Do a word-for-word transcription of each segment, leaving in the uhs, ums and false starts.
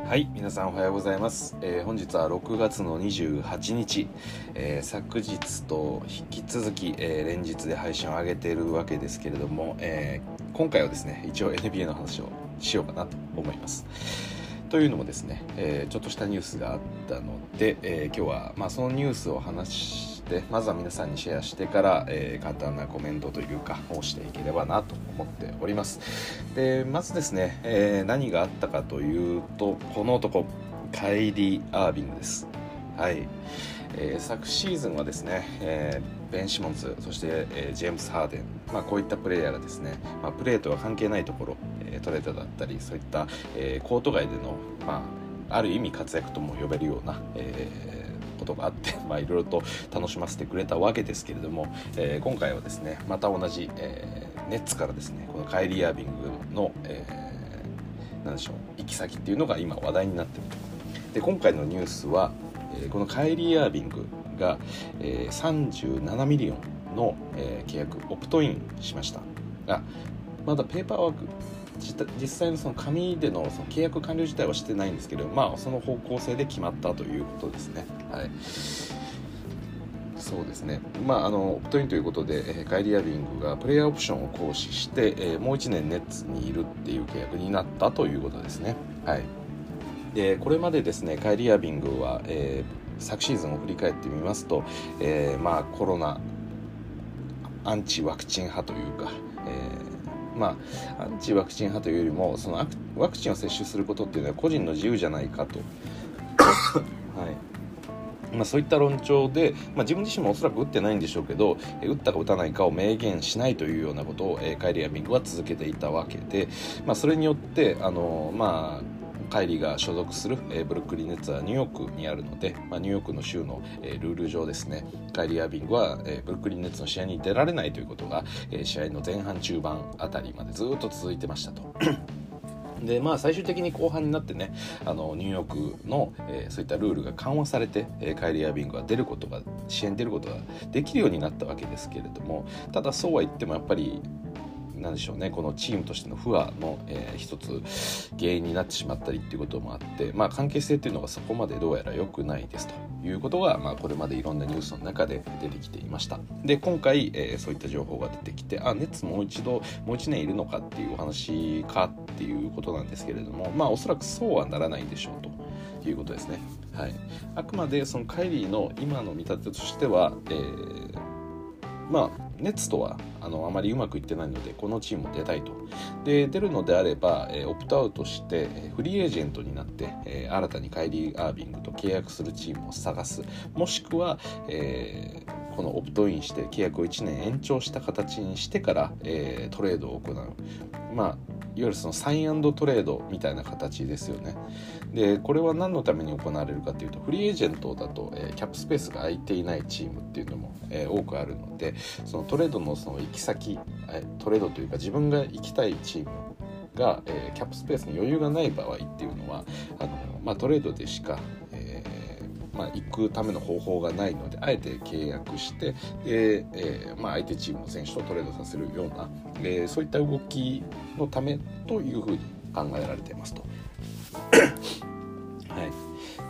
はい、皆さんおはようございます。えー、本日はろくがつのにじゅうはちにち、えー、昨日と引き続き、えー、連日で配信を上げているわけですけれども、えー、今回はですね、一応 エヌビーエー の話をしようかなと思います。というのもですね、えー、ちょっとしたニュースがあったので、えー、今日は、まあ、そのニュースを話してまずは皆さんにシェアしてから、えー、簡単なコメントというかをしていければなと思っております。でまずですね、えー、何があったかというと、この男カイリー・アービングです。はい、えー、昨シーズンはですね、えー、ベン・シモンズ、そして、えー、ジェームス・ハーデン、まあ、こういったプレイヤーがですね、まあ、プレーとは関係ないところ、えー、トレードだったりそういった、えー、コート外での、まあ、ある意味活躍とも呼べるような、えー、ことがあって、まあ、いろいろと楽しませてくれたわけですけれども、えー、今回はですねまた同じ、えー、ネッツからですねこのカイリー・アービングの、えー、なんでしょう行き先っていうのが今話題になっていると。で今回のニュースは、えー、このカイリー・アービングが、えー、さんじゅうななミリオンの、えー、契約オプトインしましたが、まだペーパーワーク実際のその紙でのその契約完了自体はしてないんですけど、まあその方向性で決まったということですね。はい。そうですね。まああのオプトインということで、えー、カイリー・アービングがプレイヤーオプションを行使して、えー、もういちねんネッツにいるっていう契約になったということですね。はい。でこれまでですねカイリー・アービングは、えー、昨シーズンを振り返ってみますと、えー、まあコロナアンチワクチン派というか、えーまあ、アンチワクチン派というよりもそのワクチンを接種することっていうのは個人の自由じゃないかと、はいまあ、そういった論調で、まあ、自分自身もおそらく打ってないんでしょうけど打ったか打たないかを明言しないというようなことを、えー、カイリー・アービングは続けていたわけで、まあ、それによってあの、まあカイリーが所属する、えー、ブルックリンネッツはニューヨークにあるので、まあ、ニューヨークの州の、えー、ルール上ですねカイリー・アービングは、えー、ブルックリンネッツの試合に出られないということが、えー、試合の前半中盤あたりまでずっと続いてましたとでまあ最終的に後半になってねあのニューヨークの、えー、そういったルールが緩和されて、えー、カイリー・アービングが出ることが試合に出ることができるようになったわけですけれども、ただそうは言ってもやっぱりなんでしょうね、このチームとしての不和の、えー、一つ原因になってしまったりっていうこともあって、まあ、関係性っていうのがそこまでどうやら良くないですということが、まあ、これまでいろんなニュースの中で出てきていました。で今回、えー、そういった情報が出てきて、あネッツもう一度もう一年いるのかっていうお話かっていうことなんですけれども、まあおそらくそうはならないでしょうということですね。はい、あくまでそのカイリーの今の見立てとしては、えーまあ、ネッツとはあのあまりうまくいってないのでこのチームを出たいと。で出るのであれば、えー、オプトアウトして、えー、フリーエージェントになって、えー、新たにカイリー・アービングと契約するチームを探す、もしくは、えー、このオプトインして契約をいちねん延長した形にしてから、えー、トレードを行う、まあいわゆるそのサイン&トレードみたいな形ですよね。でこれは何のために行われるかというと、フリーエージェントだと、えー、キャップスペースが空いていないチームっていうのも、えー、多くあるので、そのトレードのその行き先、えー、トレードというか自分が行きたいチームが、えー、キャップスペースに余裕がない場合っていうのはあの、まあ、トレードでしか、えーまあ、行くための方法がないので、あえて契約してで、えーまあ、相手チームの選手とトレードさせるような、えー、そういった動きのためというふうに考えられていますとはい、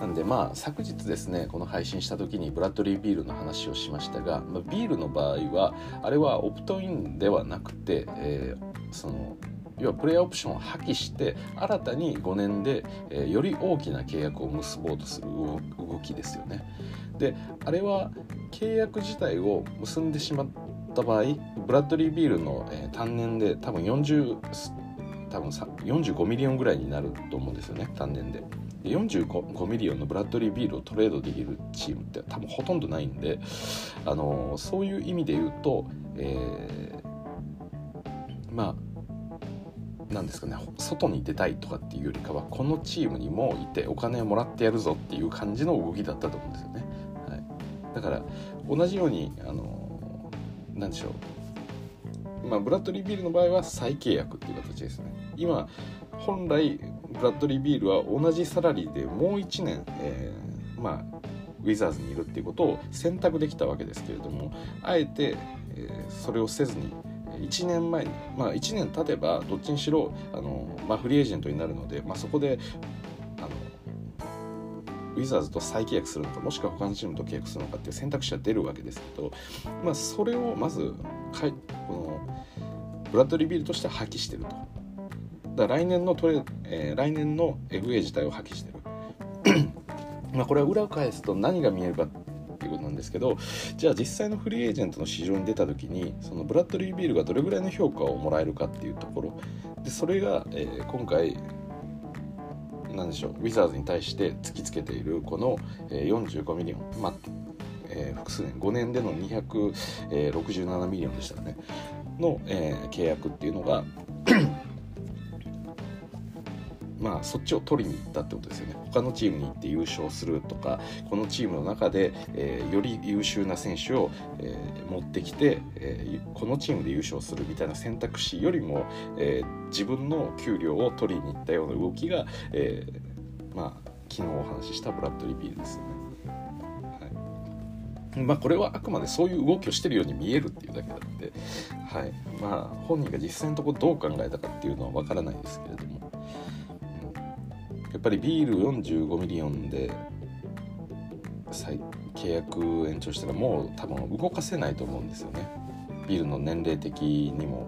なんでまあ昨日ですねこの配信した時にブラッドリー・ビールの話をしましたが、まあ、ビールの場合はあれはオプトインではなくて、えー、その要はプレイヤーオプションを破棄して新たにごねんで、えー、より大きな契約を結ぼうとする動きですよね。であれは契約自体を結んでしまった場合、ブラッドリー・ビールの、えー、単年で多分40多分よんじゅうごミリオンぐらいになると思うんですよね、単年で。でよんじゅうごミリオンのブラッドリー・ビールをトレードできるチームって多分ほとんどないんで、あのそういう意味で言うと、えー、まあなんですかね、外に出たいとかっていうよりかはこのチームにもいてお金をもらってやるぞっていう感じの動きだったと思うんですよね。はい、だから同じようにあのなんでしょう、まあ、ブラッドリー・ビールの場合は再契約っていう形ですね。今本来ブラッドリー・ビールは同じサラリーでもういちねん、えー、まあウィザーズにいるっていうことを選択できたわけですけれども、あえて、えー、それをせずにいちねんまえに、まあ、いちねん経てばどっちにしろあの、まあ、フリーエージェントになるので、まあ、そこであのウィザーズと再契約するのか、もしくは他のチームと契約するのかっていう選択肢は出るわけですけど、まあ、それをまずかいこのブラッドリー・ビールとしては破棄してると。だから来年のトレ、えー、来年の エフエー 自体を破棄してるまあこれは裏を返すと何が見えるかっていうことなんですけど、じゃあ実際のフリーエージェントの市場に出た時にそのブラッドリー・ビールがどれぐらいの評価をもらえるかっていうところで、それが、えー、今回なんでしょう、ウィザーズに対して突きつけているこのよんじゅうごミリオン、まあえー、複数年ごねんでのにひゃくろくじゅうななミリオンでしたかねの、えー、契約っていうのがまあそっちを取りに行ったってことですよね。他のチームに行って優勝するとか、このチームの中で、えー、より優秀な選手を、えー、持ってきて、えー、このチームで優勝するみたいな選択肢よりも、えー、自分の給料を取りに行ったような動きが、えー、まあ昨日お話ししたブラッドリー・ビールですよね。はい、まあこれはあくまでそういう動きをしてるように見えるっていうだけなので、はい、まあ本人が実際のところどう考えたかっていうのはわからないですけれども。やっぱりビールよんじゅうごミリオンで再契約延長したらもう多分動かせないと思うんですよね。ビールの年齢的にも、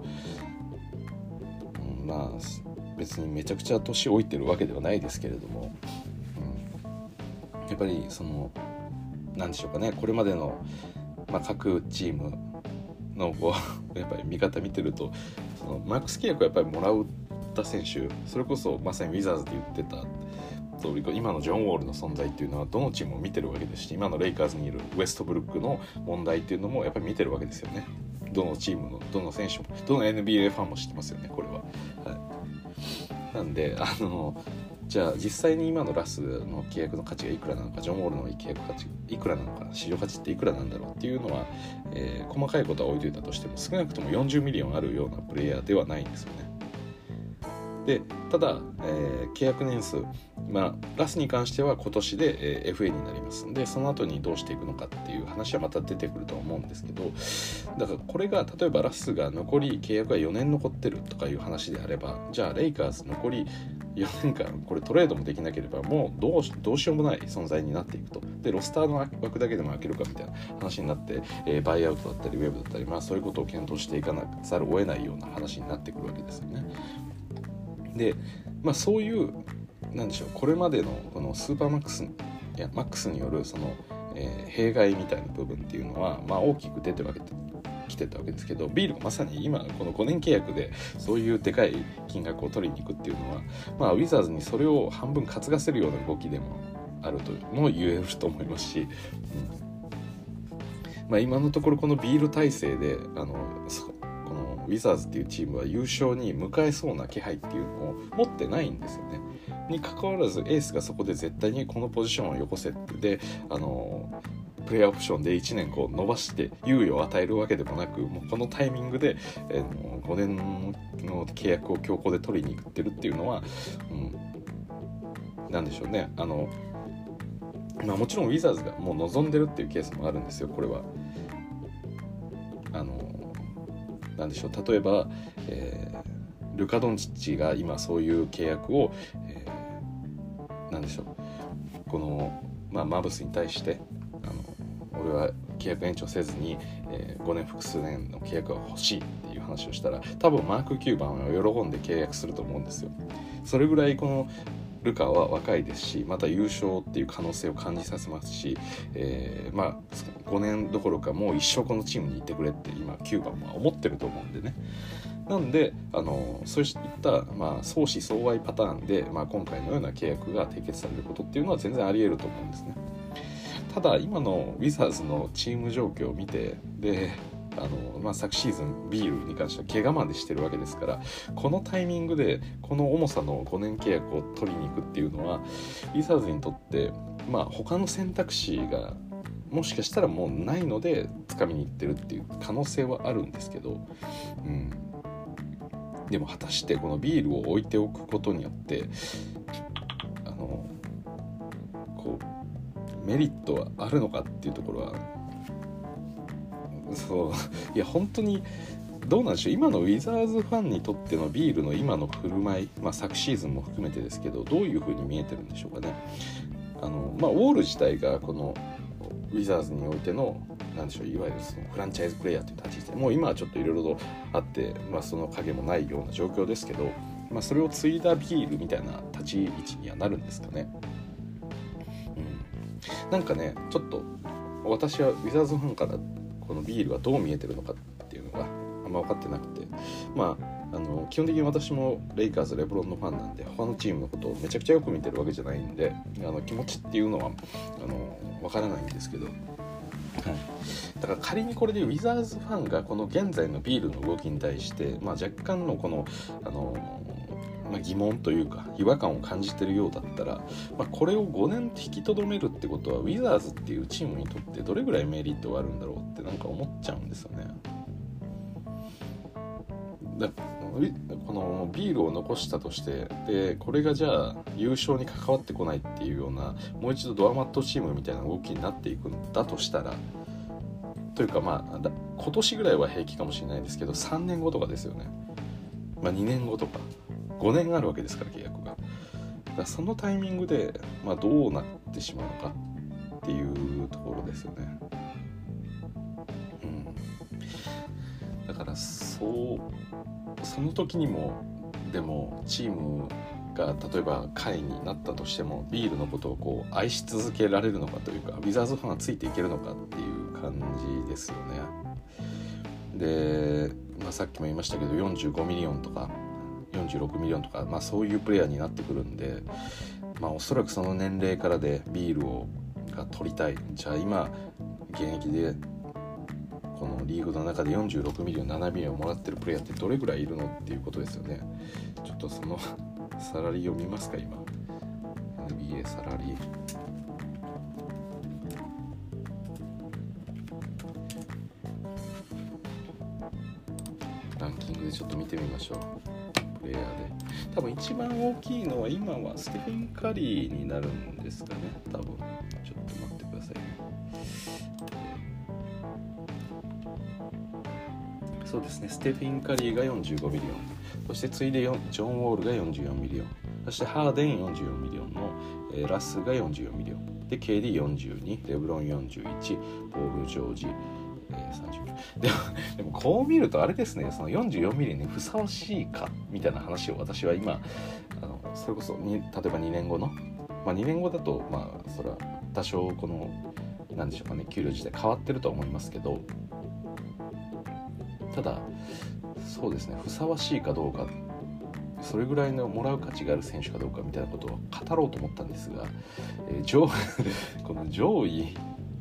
うん、まあ別にめちゃくちゃ年老いてるわけではないですけれども、うん、やっぱりそのなんでしょうかね、これまでの、まあ、各チームのこうやっぱり見方見てると、そのマックス契約をやっぱりもらうた選手、それこそまさにウィザーズで言ってた通り、今のジョン・ウォールの存在っていうのはどのチームも見てるわけですし、今のレイカーズにいるウエストブルックの問題っていうのもやっぱり見てるわけですよね。どのチームのどの選手もどの エヌビーエー ファンも知ってますよね、これは。はい、なんであのじゃあ実際に今のラスの契約の価値がいくらなのか、ジョン・ウォールの契約価値いくらなのか、市場価値っていくらなんだろうっていうのは、えー、細かいことは置いといたとしても少なくともよんじゅうミリオンあるようなプレイヤーではないんですよね。でただ、えー、契約年数、まあ、ラスに関しては今年で、えー、エフエー になりますんで、その後にどうしていくのかっていう話はまた出てくると思うんですけど、だからこれが例えばラスが残り契約がよねん残ってるとかいう話であれば、じゃあレイカーズ残りよねんかんこれトレードもできなければもうどうし、どうしようもない存在になっていくと。でロスターの枠だけでも開けるかみたいな話になって、えー、バイアウトだったりウェブだったり、まあ、そういうことを検討していかなざるを得ないような話になってくるわけですよね。で、まあ、そういうなんでしょう、これまでのこのスーパーマックスいやマックスによるその、えー、弊害みたいな部分っていうのは、まあ、大きく出てきてたわけですけど、ビールがまさに今このごねん契約でそういうでかい金額を取りに行くっていうのは、まあ、ウィザーズにそれを半分担がせるような動きでもあるとも言えると思いますし、うんまあ、今のところこのビール体制であのこのウィザーズっていうチームは優勝に向かえそうな気配っていうのを持ってないんですよね。に関わらずエースがそこで絶対にこのポジションをよこせってで、あのプレイヤーオプションでいちねんこう伸ばして猶予を与えるわけでもなく、もうこのタイミングで、えー、ごねんの契約を強行で取りに行ってるっていうのは、うん、なんでしょうね、あの、まあ、もちろんウィザーズがもう望んでるっていうケースもあるんですよ。これはあのなんでしょう、例えば、えー、ルカ・ドンチッチが今そういう契約を、えー、なんでしょう、この、まあ、マブスに対してあの俺は契約延長せずに、えー、ごねん複数年の契約が欲しいっていう話をしたら、多分マーク・キューバンは喜んで契約すると思うんですよ。それぐらいこのルカは若いですし、また優勝っていう可能性を感じさせますし、えー、まあごねんどころかもう一生このチームにいてくれって今キューバンは思ってると思うんでね。なんであのそういった、まあ、相思相愛パターンで、まあ、今回のような契約が締結されることっていうのは全然あり得ると思うんですね。ただ今のウィザーズのチーム状況を見て、であのまあ、昨シーズンビールに関しては怪我までしてるわけですから、このタイミングでこの重さのごねん契約を取りに行くっていうのはウィザーズにとって、まあ、他の選択肢がもしかしたらもうないので掴みに行ってるっていう可能性はあるんですけど、うん、でも果たしてこのビールを置いておくことによってあのこうメリットはあるのかっていうところは、そういや本当にどうなんでしょう。今のウィザーズファンにとってのビールの今の振る舞い、まあ、昨シーズンも含めてですけど、どういう風に見えてるんでしょうかね。 あの、まあ、ウォール自体がこのウィザーズにおいてのなんでしょう、いわゆるそのフランチャイズプレイヤーという立ち位置でもう今はちょっといろいろとあって、まあ、その影もないような状況ですけど、まあ、それを継いだビールみたいな立ち位置にはなるんですかね。うん、なんかねちょっと私はウィザーズファンからこのビールがどう見えてるのかっていうのがあんま分かってなくて、まあ、あの基本的に私もレイカーズレブロンのファンなんで他のチームのことをめちゃくちゃよく見てるわけじゃないんで、あの気持ちっていうのはあの分からないんですけど、はい、だから仮にこれでウィザーズファンがこの現在のビールの動きに対して、まあ、若干のこの、あのまあ、疑問というか違和感を感じてるようだったら、まあ、これをごねん引きとどめるってことはウィザーズっていうチームにとってどれぐらいメリットがあるんだろうってなんか思っちゃうんですよね。だこのビールを残したとしてでこれがじゃあ優勝に関わってこないっていうようなもう一度ドアマットチームみたいな動きになっていくんだとしたら、というかまあ今年ぐらいは平気かもしれないですけどさんねんごとかですよね、まあ、にねんごとかごねんあるわけですから契約が。だからそのタイミングで、まあ、どうなってしまうのかっていうところですよね。うん、だからそうその時にもでもチームが例えば下位になったとしてもビールのことをこう愛し続けられるのかというかウィザーズファンがついていけるのかっていう感じですよね。で、まあ、さっきも言いましたけどよんじゅうごミリオンとかよんじゅうろくミリオンとか、まあ、そういうプレイヤーになってくるんで、まあ、おそらくその年齢からでビールをが取りたい、じゃあ今現役でこのリーグの中でよんじゅうろくミリオンななミリオンもらってるプレイヤーってどれぐらいいるのっていうことですよね。ちょっとそのサラリーを見ますか今 エヌビーエー サラリーランキングでちょっと見てみましょう。プレイヤーで多分一番大きいのは今はステフィン・カリーになるんですかね。多分ちょっと待ってくださいね。そうですね、ステフィン・カリーがよんじゅうごミリオン、そして次いでジョン・ウォールがよんじゅうよんミリオン、そしてハーデンよんじゅうよんミリオンの、えー、ラスがよんじゅうよんミリオンで ケーディーよんじゅうに、レブロンよんじゅういち、ポール・ジョージ、えー、さんじゅうきゅう でも、でもこう見るとあれですね、そのよんじゅうよんミリにふさわしいかみたいな話を私は今あのそれこそに例えばにねんごの、まあ、にねんごだとまあそれは多少このなんでしょうかね、給料自体変わってるとは思いますけど、ただそうですね、ふさわしいかどうか、それぐらいのもらう価値がある選手かどうかみたいなことを語ろうと思ったんですが、えー、上この上位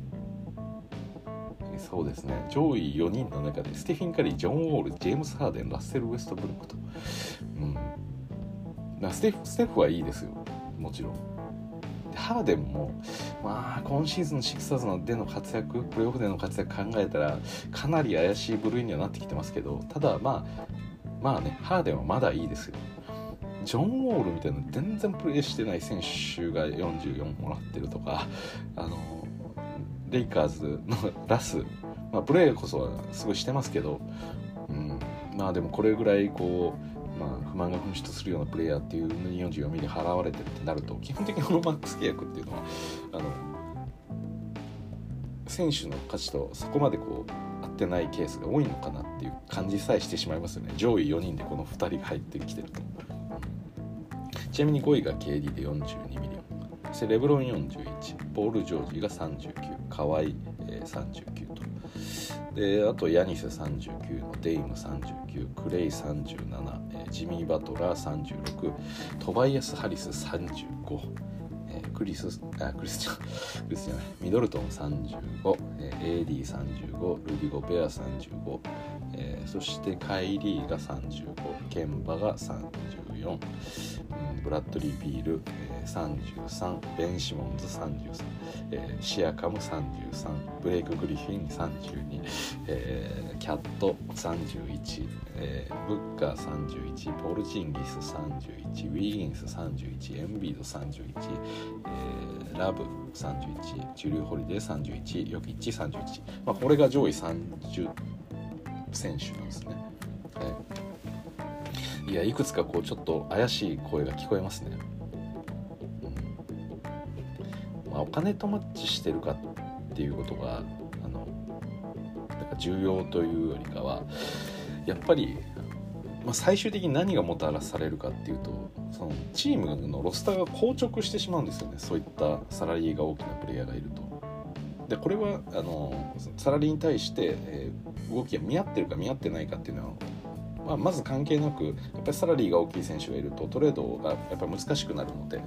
そうですね上位よにんの中でステフィン・カリー、ジョン・ウォール、ジェームス・ハーデン、ラッセル・ウェストブルックと、うん、まあ、ステフステフはいいですよもちろん。ハーデンもまあ今シーズンのシクサーズでの活躍、プレーオフでの活躍考えたらかなり怪しい部類にはなってきてますけど、ただまあまあね、ハーデンはまだいいですよ。ジョン・ウォールみたいな全然プレーしてない選手がよんじゅうよんもらってるとか、あのレイカーズのラス、まあ、プレーこそはすごいしてますけど、うん、まあでもこれぐらいこう、まあ、不満が噴出するようなプレイヤーっていうのによんじゅうよんミリ払われてるってなると、基本的にこのマックス契約っていうのはあの選手の価値とそこまでこう合ってないケースが多いのかなっていう感じさえしてしまいますよね。上位よにんでこのふたりが入ってきてると。ちなみにごいが ケーディー でよんじゅうにミリオン、そしてレブロンよんじゅういち、ポール・ジョージがさんじゅうきゅう、カワイ、えー、さんじゅうきゅうと、であとヤニスさんじゅうきゅうのデイムさんじゅうきゅう、クレイさんじゅうなな、えー、ジミー・バトラーさんじゅうろく、トバイアス・ハリスさんじゅうご、えー、クリスあクリスチャンクリスチャンミドルトンさんじゅうご、えー、エーディーさんじゅうご、ルディ・ゴベアさんじゅうご、えー、そしてカイリーがさんじゅうご、ケンバがさんじゅうよん、ブラッドリー・ビール、えー、さんじゅうさん、ベン・シモンズさんじゅうさん、えー、シアカムさんじゅうさん、ブレイク・グリフィンさんじゅうに、えー、キャットさんじゅういち、えー、ブッカーさんじゅういち、ポール・チンギスさんじゅういち、ウィギンスさんじゅういち、エンビードさんじゅういち、えー、ラブさんじゅういち、ジュリュー・ホリデーさんじゅういち、ヨキッチさんじゅういち、まあ、これが上位さんじゅう選手なんですね。はい、いやいくつかこうちょっと怪しい声が聞こえますね。 お金とマッチしてるかっていうことがあのなんか重要というよりかはやっぱり、まあ、最終的に何がもたらされるかっていうとそのチームのロスターが硬直してしまうんですよね。そういったサラリーが大きなプレイヤーがいると。でこれはあのサラリーに対して、えー、動きが見合ってるか見合ってないかっていうのは、まあ、まず関係なくやっぱりサラリーが大きい選手がいるとトレードがやっぱり難しくなるので、うん、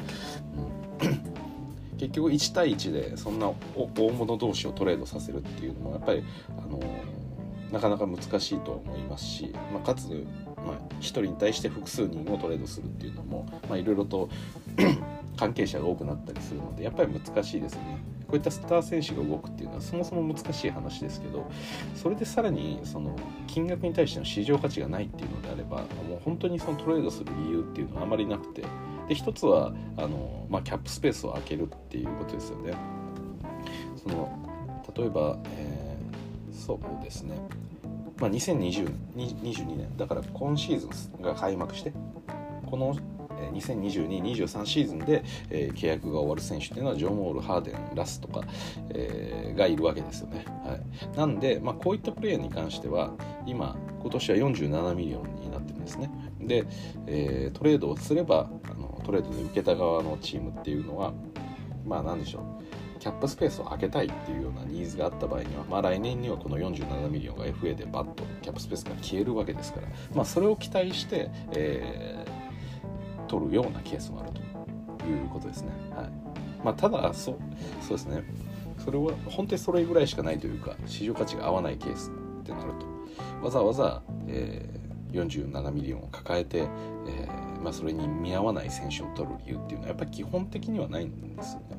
結局いち対いちでそんな大物同士をトレードさせるっていうのもやっぱりあのなかなか難しいと思いますし、まあ、かつ、まあ、ひとりに対して複数人をトレードするっていうのもいろいろと関係者が多くなったりするのでやっぱり難しいですよね。こういったスター選手が動くっていうのはそもそも難しい話ですけど、それでさらにその金額に対しての市場価値がないっていうのであればもう本当にそのトレードする理由っていうのはあまりなくて、で一つはあの、まあ、キャップスペースを空けるっていうことですよね。その例えば、えー、そうですね、まあ、にせんにじゅうにねんだから今シーズンが開幕してこのにせんにじゅうに、にじゅうさんシーズンで、えー、契約が終わる選手っていうのはジョン・ウォール、ハーデン、ラスとか、えー、がいるわけですよね、はい、なんで、まあ、こういったプレイヤーに関しては今今年はよんじゅうななミリオンになってるんですね。で、えー、トレードをすればあのトレードで受けた側のチームっていうのはまあ何でしょうキャップスペースを空けたいっていうようなニーズがあった場合には、まあ、来年にはこのよんじゅうななミリオンが エフエー でバッとキャップスペースが消えるわけですから、まあ、それを期待して、えー取るようなケースもあるということですね。はいまあ、ただそうそうですねそれは本当にそれぐらいしかないというか市場価値が合わないケースってなるとわざわざ、えー、よんじゅうななミリオンを抱えて、えーまあ、それに見合わない選手を取る理由っていうのはやっぱり基本的にはないんですよね。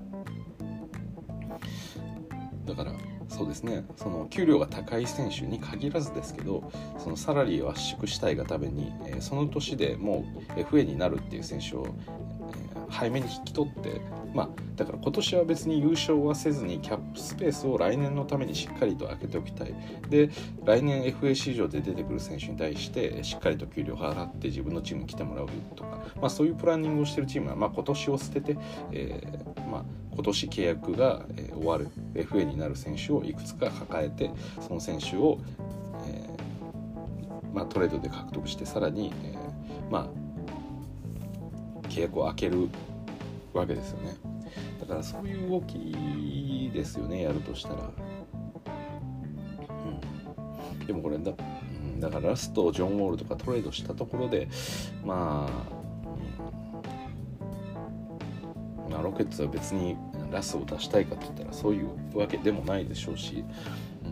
だからそうですねその給料が高い選手に限らずですけどそのサラリーを圧縮したいがために、えー、その年でもう エフエー になるっていう選手を、えー、早めに引き取ってまあだから今年は別に優勝はせずにキャップスペースを来年のためにしっかりと空けておきたい。で来年 エフエー 市場で出てくる選手に対してしっかりと給料を払って自分のチームに来てもらうとか、まあ、そういうプランニングをしているチームは、まあ、今年を捨てて、えーまあ今年契約が終わる エフエー になる選手をいくつか抱えてその選手を、えーまあ、トレードで獲得してさらに、えーまあ、契約を空けるわけですよね。だからそういう動きですよねやるとしたら、うん、でもこれだ、うん、だからラストジョン・ウォールとかトレードしたところでまあロケッツは別にラスを出したいかって言ったらそういうわけでもないでしょうし、うん、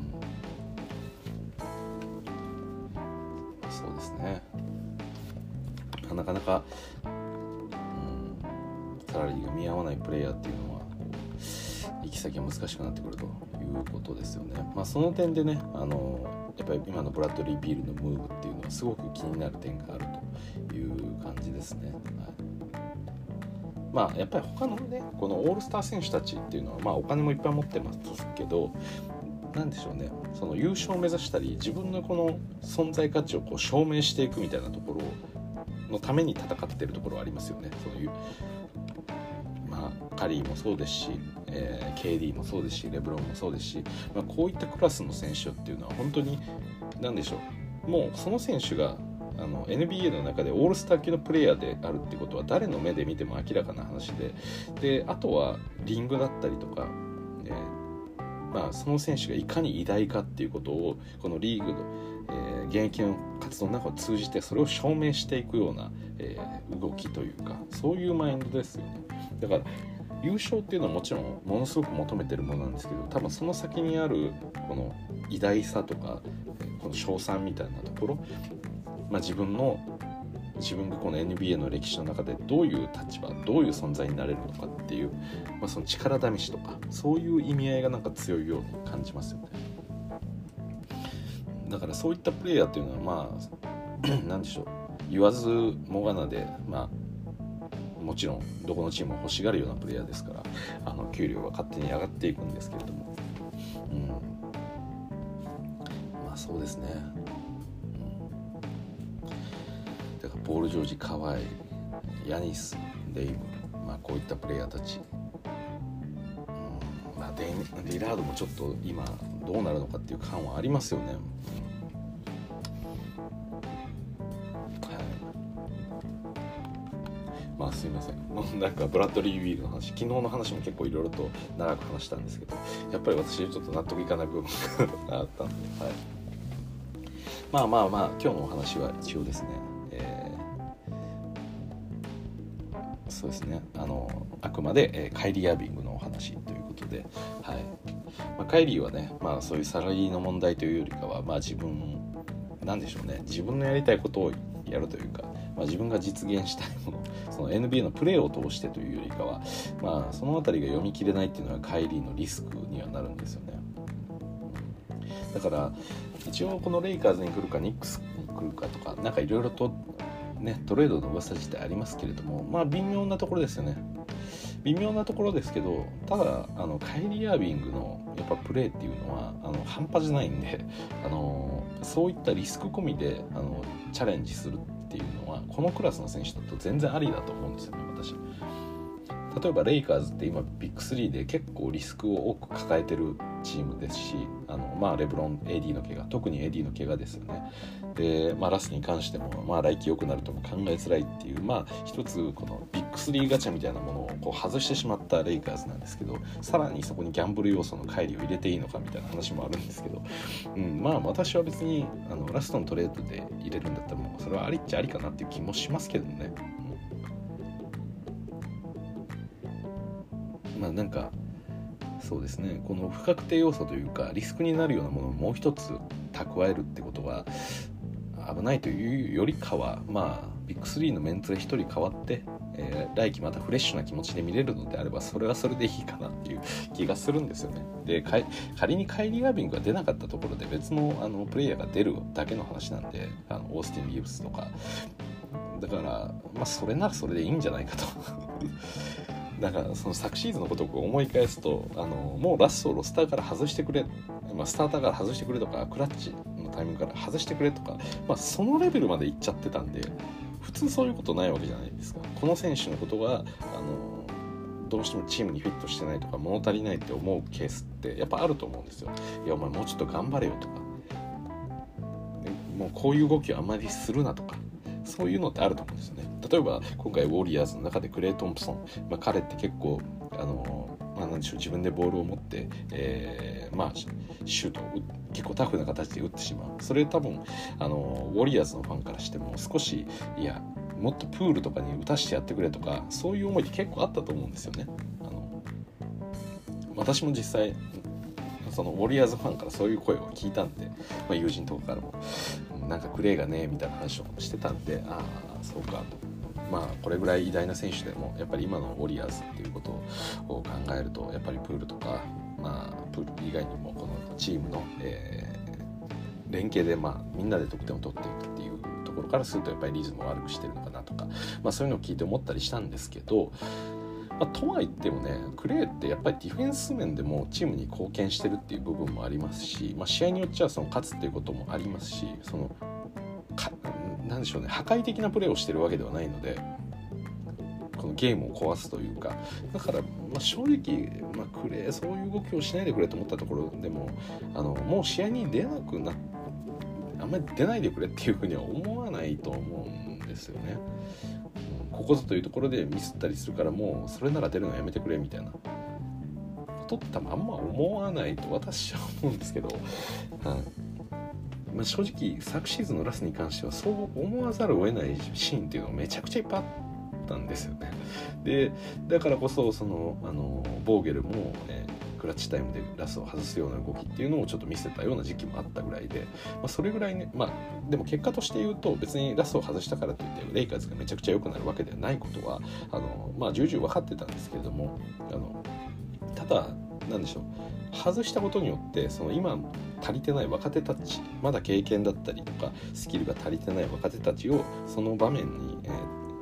そうですねなかなか、うん、サラリーが見合わないプレイヤーっていうのは行き先が難しくなってくるということですよね。まあその点でねあのやっぱり今のブラッドリー・ビールのムーブっていうのはすごく気になる点があるという感じですね。はいまあ、やっぱり他のねこのオールスター選手たちっていうのは、まあ、お金もいっぱい持ってますけどなんでしょうねその優勝を目指したり自分のこの存在価値をこう証明していくみたいなところのために戦っているところはありますよね。そういう、まあ、カリーもそうですし、えー、ケーディー もそうですしレブロンもそうですし、まあ、こういったクラスの選手っていうのは本当に何でしょうもうその選手があの エヌビーエー の中でオールスター級のプレイヤーであるってことは誰の目で見ても明らかな話で、であとはリングだったりとか、えーまあ、その選手がいかに偉大かっていうことをこのリーグの、えー、現役の活動の中を通じてそれを証明していくような、えー、動きというかそういうマインドですよね。だから優勝っていうのはもちろんものすごく求めてるものなんですけど多分その先にあるこの偉大さとかこの称賛みたいなところまあ、自分の自分がこの エヌビーエー の歴史の中でどういう立場どういう存在になれるのかっていう、まあ、その力試しとかそういう意味合いがなんか強いように感じますよね。だからそういったプレイヤーっていうのはまあ何でしょう言わずもがなでまあもちろんどこのチームも欲しがるようなプレイヤーですからあの給料は勝手に上がっていくんですけれども、うん、まあそうですねポール・ジョージ、カワイ、ヤニス、デイブ、まあ、こういったプレイヤーたち、うんデリラードもちょっと今どうなるのかっていう感はありますよね。まあすいません、もうなんかブラッドリー・ウィールの話、昨日の話も結構いろいろと長く話したんですけど、やっぱり私ちょっと納得いかない部分があったんで、はい、まあまあまあ今日のお話は一応ですね、えー、そうですね、あのあくまで、えー、カイリー・アービングのお話ということで、はい、まあ、カイリーはね、まあそういうサラリーの問題というよりかは、まあ自分なんでしょうね、自分のやりたいことをやるというか、まあ、自分が実現したいもの、その エヌビーエー のプレーを通してというよりかは、まあそのあたりが読み切れないっていうのはカイリーのリスクにはなるんですよね。だから一応このレイカーズに来るかニックスに来るかとか、なんかいろいろとねトレードの噂自体ありますけれども、まあ微妙なところですよね。微妙なところですけど、ただあのカイリー・アービングのやっぱプレーっていうのはあの半端じゃないんで、あのそういったリスク込みであのチャレンジするっていうのはこのクラスの選手だと全然ありだと思うんですよね、私。例えばレイカーズって今ビッグスリーで結構リスクを多く抱えてるチームですし、あの、まあ、レブロン エーディー の怪我、特に エーディー の怪我ですよね。で、まあ、ラスに関しても、まあ、来季良くなるとも考えづらいっていう、まあ、一つこのビッグスリーガチャみたいなものをこう外してしまったレイカーズなんですけど、さらにそこにギャンブル要素の乖離を入れていいのかみたいな話もあるんですけど、うん、まあ私は別にあのラストのトレードで入れるんだったらもうそれはありっちゃありかなっていう気もしますけどね。まあなんかそうですね、この不確定要素というかリスクになるようなものをもう一つ蓄えるってことは危ないというよりかは、まあビッグスリーのメンツが一人変わって、えー、来季またフレッシュな気持ちで見れるのであればそれはそれでいいかなっていう気がするんですよね。で仮にカイリー・アービングが出なかったところで別のあのプレイヤーが出るだけの話なんで、あのオースティン・ギブスとかだから、まあそれならそれでいいんじゃないかとだからその昨シーズンのことを思い返すと、あのもうラッソをロスターから外してくれ、まあ、スターターから外してくれとかクラッチのタイミングから外してくれとか、まあ、そのレベルまでいっちゃってたんで、普通そういうことないわけじゃないですか。この選手のことがあのどうしてもチームにフィットしてないとか物足りないって思うケースってやっぱあると思うんですよ。いやお前もうちょっと頑張れよとか、もうこういう動きをあまりするなとか、そういうのってあると思うんですよね。例えば今回ウォリアーズの中でクレイ・トンプソン、まあ、彼って結構あの、まあ、なんでしょう、自分でボールを持って、えーまあ、シュートを結構タフな形で打ってしまう。それ多分あのウォリアーズのファンからしても少しいやもっとプールとかに打たしてやってくれとか、そういう思いって結構あったと思うんですよね。あの私も実際そのウォリアーズファンからそういう声を聞いたんで、まあ、友人とかからもなんかクレイがねみたいな話をしてたんで、ああそうかと、まあこれぐらい偉大な選手でもやっぱり今のウォリアーズっていうことを考えると、やっぱりプールとか、まあプール以外にもこのチームの、えー、連携でまあみんなで得点を取っていくっていうところからするとやっぱりリズムを悪くしてるのかなとか、まあそういうのを聞いて思ったりしたんですけど、まあ、とはいってもね、クレイってやっぱりディフェンス面でもチームに貢献してるっていう部分もありますし、まあ、試合によっちゃその勝つっていうこともありますし、そのかなんでしょうね、破壊的なプレーをしてるわけではないので、このゲームを壊すというか、だからまあ正直、まあ、クレイそういう動きをしないでくれと思ったところでも、あのもう試合に出なくなあんまり出ないでくれっていうふうには思わないと思うんですよね。ここぞというところでミスったりするからもうそれなら出るのやめてくれみたいなことってあんま思わないと私は思うんですけど、はい、まあ、正直昨シーズンのラスに関してはそう思わざるを得ないシーンっていうのがめちゃくちゃいっぱいあったんですよね。でだからこそそのあのボーゲルも、ね、クラッチタイムでラスを外すような動きっていうのをちょっと見せたような時期もあったぐらいで、まあ、それぐらいね、まあでも結果として言うと別にラスを外したからといってレイカーズがめちゃくちゃ良くなるわけではないことはあの、まあ、重々分かってたんですけれども、あのただなんでしょう、外したことによってその今足りてない若手たち、まだ経験だったりとかスキルが足りてない若手たちをその場面に、えー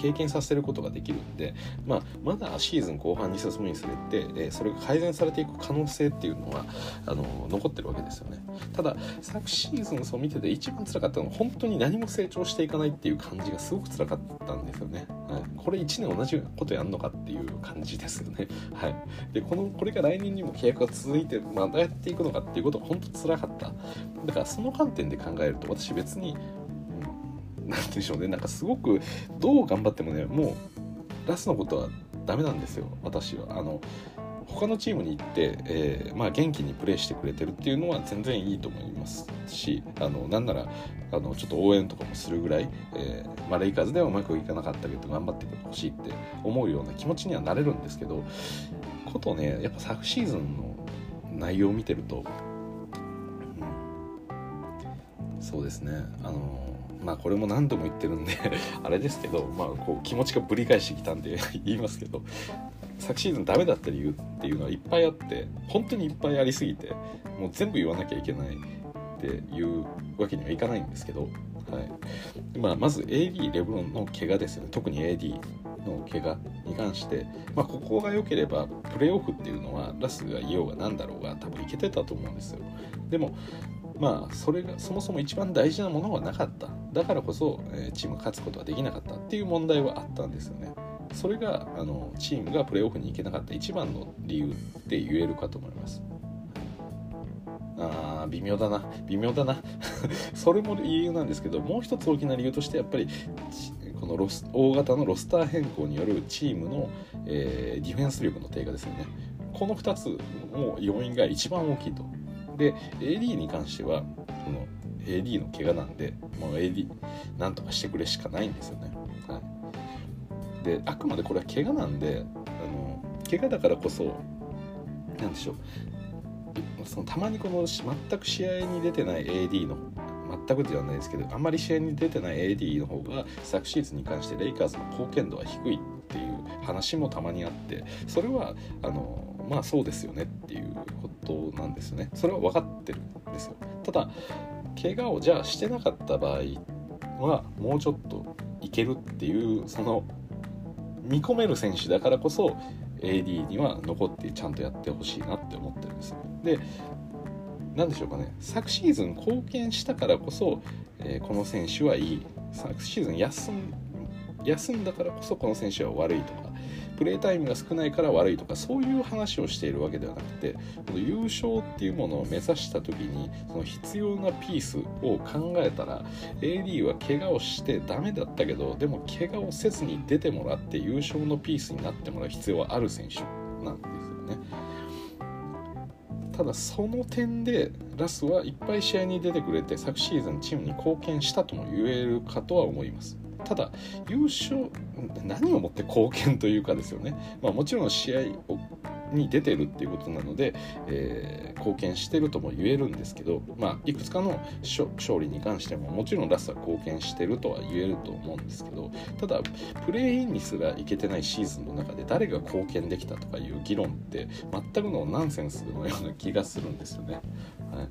経験させることができるんで、まあ、まだシーズン後半に進むにつれて、えー、それが改善されていく可能性っていうのはあの残ってるわけですよね。ただ昨シーズンそう見てて一番辛かったのは本当に何も成長していかないっていう感じがすごく辛かったんですよね、はい、これいちねん同じことやんのかっていう感じですよね、はい、でこのこれが来年にも契約が続いてまだやっていくのかっていうことが本当辛かった。だからその観点で考えると私別に、うん、なんでしょうね、なんかすごくどう頑張ってもねもうラスのことはダメなんですよ。私はあの他のチームに行って、えーまあ、元気にプレーしてくれてるっていうのは全然いいと思いますし、あのなんならあのちょっと応援とかもするぐらい、えーまあ、レイカーズではうまくいかなかったけど頑張ってほしいって思うような気持ちにはなれるんですけど、ことねやっぱ昨シーズンの内容を見てると、うん、そうですね、あのまあこれも何度も言ってるんであれですけど、まあこう気持ちがぶり返してきたんで言いますけど、昨シーズンダメだった理由っていうのはいっぱいあって、本当にいっぱいありすぎてもう全部言わなきゃいけないっていうわけにはいかないんですけど、はいまあ、まず エーディー レブロンの怪我ですよね。特に エーディー の怪我に関して、まあ、ここが良ければプレーオフっていうのはラスがいようがなんだろうが多分いけてたと思うんですよ。でもまあそれがそもそも一番大事なものはなかった。だからこそ、えー、チームが勝つことができなかったっていう問題はあったんですよね。それがあのチームがプレーオフに行けなかった一番の理由って言えるかと思います。あー微妙だな微妙だなそれも理由なんですけど、もう一つ大きな理由としてやっぱりこのロス大型のロスター変更によるチームの、えー、ディフェンス力の低下ですよね。このふたつの要因が一番大きいと。で エーディー に関してはこの エーディー の怪我なんで、もう エーディー なんとかしてくれしかないんですよね、はい、であくまでこれは怪我なんで、あの怪我だからこそなんでしょう、そのたまにこの全く試合に出てない エーディー の全くではないですけど、あんまり試合に出てない エーディー の方が昨シーズンに関してレイカーズの貢献度は低いっていう話もたまにあって、それはあのまあそうですよねっていうことなんですよね。それは分かってるんですよ。ただ怪我をじゃあしてなかった場合はもうちょっといけるっていうその見込める選手だからこそ エーディー には残ってちゃんとやってほしいなって思ってるんですよ。でなんでしょうかね、昨シーズン貢献したからこそ、えー、この選手はいい、昨シーズン休ん、休んだからこそこの選手は悪いとか、プレータイムが少ないから悪いとか、そういう話をしているわけではなくて、この優勝っていうものを目指した時にその必要なピースを考えたら エーディー は怪我をしてダメだったけど、でも怪我をせずに出てもらって優勝のピースになってもらう必要はある選手なんですよね。ただその点でラスはいっぱい試合に出てくれて昨シーズンチームに貢献したとも言えるかとは思います。ただ優勝何をもって貢献というかですよね、まあ、もちろん試合に出てるっていうことなので、えー、貢献してるとも言えるんですけど、まあ、いくつかの勝利に関してももちろんラスは貢献してるとは言えると思うんですけど、ただプレーインにすらいけてないシーズンの中で誰が貢献できたとかいう議論って全くのナンセンスのような気がするんですよね、はい、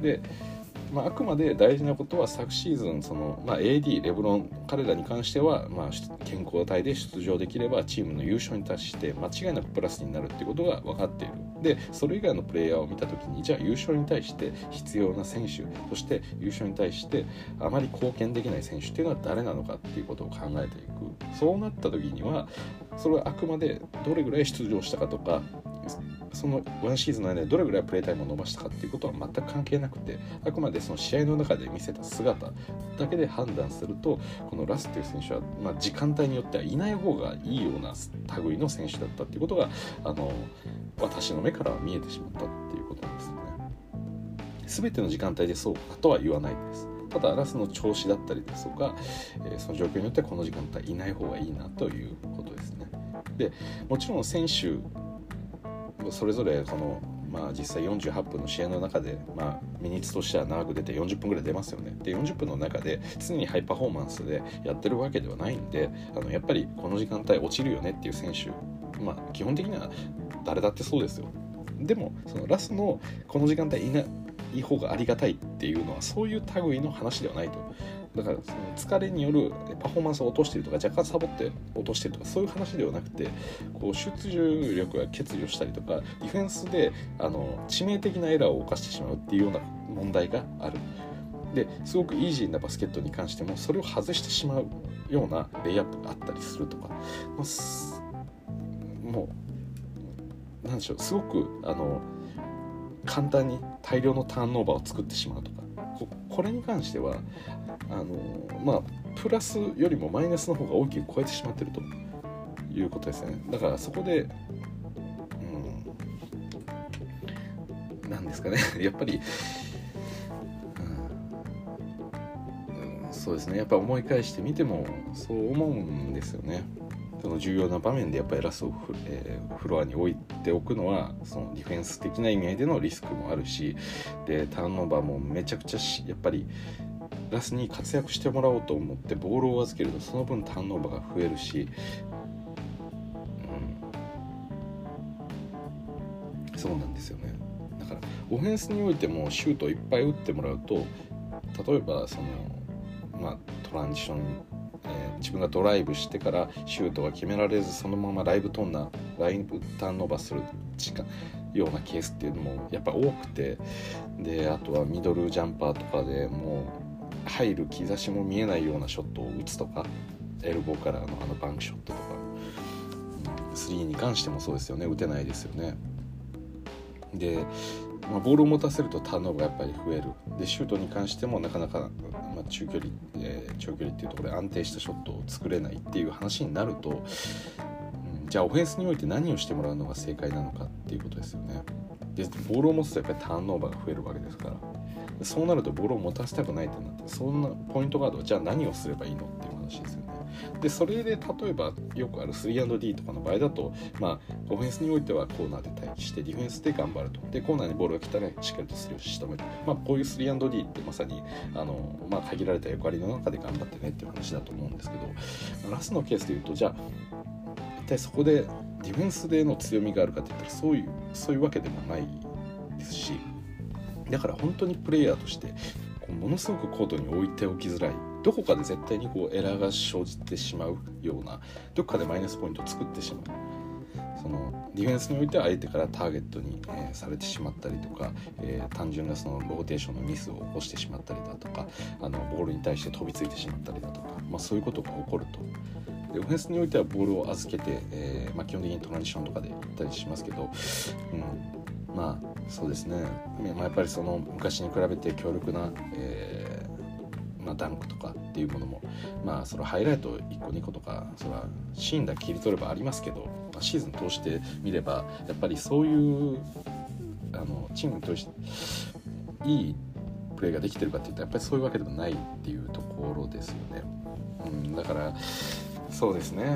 でまあ、あくまで大事なことは昨シーズンその、まあ、エーディー、レブロン彼らに関しては、まあ、健康体で出場できればチームの優勝に達して間違いなくプラスになるっていうことが分かっている。でそれ以外のプレイヤーを見た時にじゃあ優勝に対して必要な選手、そして優勝に対してあまり貢献できない選手っていうのは誰なのかっていうことを考えていく。そうなった時にはそれはあくまでどれぐらい出場したかとかそのワンシーズンの間でどれぐらいプレータイムを伸ばしたかっていうことは全く関係なくて、あくまでその試合の中で見せた姿だけで判断すると、このラスっていう選手は、まあ、時間帯によってはいない方がいいような類の選手だったっていうことがあの私の目からは見えてしまったっていうことなんですよね。全ての時間帯でそうだとは言わないです。ただラスの調子だったりですとか、えー、その状況によってはこの時間帯いない方がいいなということですね。でもちろん選手それぞれこの、まあ、実際よんじゅうはっぷんの試合の中で、まあ、ミニッツとしては長く出てよんじゅっぷんぐらい出ますよね。でよんじゅっぷんの中で常にハイパフォーマンスでやってるわけではないんで、あのやっぱりこの時間帯落ちるよねっていう選手、まあ、基本的には誰だってそうですよ。でもそのラスのこの時間帯いない方がありがたいっていうのはそういう類の話ではないと。 だからその疲れによるパフォーマンスを落としているとか若干サボって落としているとかそういう話ではなくて、こう集中力が欠如したりとかディフェンスであの致命的なエラーを犯してしまうっていうような問題がある。ですごくイージーなバスケットに関してもそれを外してしまうようなレイアップがあったりするとか、もうなんでしょう、すごくあの簡単に大量のターンオーバーを作ってしまうとか、 こ, これに関してはあのまあプラスよりもマイナスの方が大きく超えてしまっているということですね。だからそこで、うん、なんですかねやっぱり、うんうん、そうですね、やっぱ思い返してみてもそう思うんですよね。その重要な場面でやっぱりラスをフ、えー、フロアに置いておくのはそのディフェンス的な意味合いでのリスクもあるし、でターンオーバーもめちゃくちゃしやっぱりラスに活躍してもらおうと思ってボールを預けるとその分ターンオーバーが増えるし、うん、そうなんですよね。だからオフェンスにおいてもシュートをいっぱい打ってもらうと、例えばその、まあ、トランジション、えー、自分がドライブしてからシュートが決められずそのままライブトンナライブターンオーバーする時間ようなケースっていうのもやっぱ多くて、であとはミドルジャンパーとかでもう入る兆しも見えないようなショットを打つとか、エルボーからのあのバンクショットとか、スリーに関してもそうですよね、打てないですよね。で、まあ、ボールを持たせるとターンオーバーがやっぱり増える。でシュートに関してもなかなか、まあ、中距離、えー、長距離っていうところで安定したショットを作れないっていう話になると、うん、じゃあオフェンスにおいて何をしてもらうのが正解なのかっていうことですよね。でボールを持つとやっぱりターンオーバーが増えるわけですから、そうなるとボールを持たせたくないってなって、そんなポイントガードはじゃあ何をすればいいのっていう話ですよね。でそれで例えばよくある スリーアンドディー とかの場合だと、まあ、オフェンスにおいてはコーナーで待機してディフェンスで頑張ると。でコーナーにボールが来たらしっかりとスリーを仕留める、まあ、こういう スリーアンドディー ってまさにあの、まあ、限られた役割の中で頑張ってねっていう話だと思うんですけど、ラスのケースでいうとじゃあ一体そこでディフェンスでの強みがあるかっていったらそういうそういうわけでもないですし、だから本当にプレイヤーとしてこうものすごくコートに置いておきづらい、どこかで絶対にこうエラーが生じてしまうような、どこかでマイナスポイントを作ってしまう、そのディフェンスにおいては相手からターゲットに、えー、されてしまったりとか、えー、単純なそのローテーションのミスを起こしてしまったりだとか、あのボールに対して飛びついてしまったりだとか、まあ、そういうことが起こると。でオフェンスにおいてはボールを預けて、えーまあ、基本的にトランジションとかで行ったりしますけど、うん、まあそうですね、まあ、やっぱりその昔に比べて強力な、えーまあ、ダンクとかっていうものも、まあそのハイライトいっこにことかそれはシーンだけ切り取ればありますけど、まあ、シーズン通して見ればやっぱりそういうあのチームに通していいプレーができてるかっていったらやっぱりそういうわけでもないっていうところですよね。うん、だからそうですね、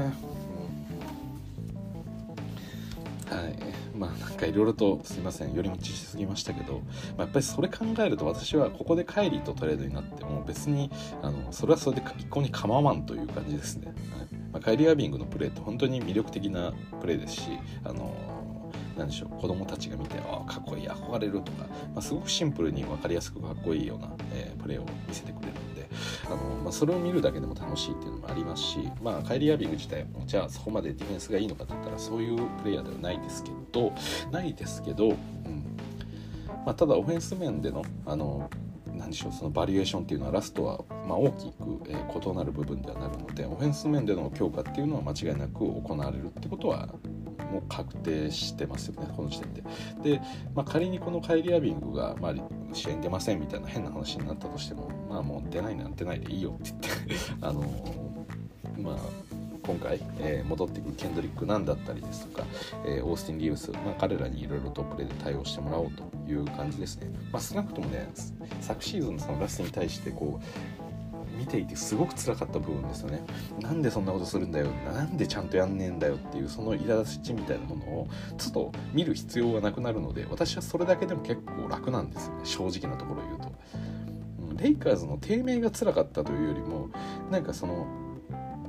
うん、はい、まあなんかいろいろとすいません寄り道しすぎましたけど、まあ、やっぱりそれ考えると私はここでカイリーとトレードになっても別にあのそれはそれで一向に構わんという感じですね。はい、まあ、カイリー・アービングのプレーって本当に魅力的なプレーですし、あのなんでしょう、子供たちが見てあかっこいい憧れるとか、まあ、すごくシンプルに分かりやすくかっこいいような、えー、プレーを見せてくれるので、あの、まあ、それを見るだけでも楽しいっていうのもありますし、まあ、カイリー・アービング自体もじゃあそこまでディフェンスがいいのかといったらそういうプレイヤーではないですけどないですけど、うんまあ、ただオフェンス面でのあのなんでしょう、そのバリエーションっていうのはラストはまあ大きく、えー、異なる部分ではなるので、オフェンス面での強化っていうのは間違いなく行われるってことはもう確定してますよね、この時点で。で、まあ、仮にこのカイリー・アービングが、まあ、試合に出ませんみたいな変な話になったとしても、まあもう出ないなんてないでいいよって言ってあのー、まあ今回、えー、戻ってくるケンドリック・ナンだったりですとか、えー、オースティン・リーブス、まあ、彼らにいろいろとプレーで対応してもらおうという感じですね。まあ、少なくともね、昨シーズンのそのラストに対してこう見ていてすごく辛かった部分ですよね。なんでそんなことするんだよ、なんでちゃんとやんねえんだよっていうその苛立ちみたいなものをちょっと見る必要がなくなるので、私はそれだけでも結構楽なんですよね、正直なところを言うと。レイカーズの低迷が辛かったというよりも、なんかその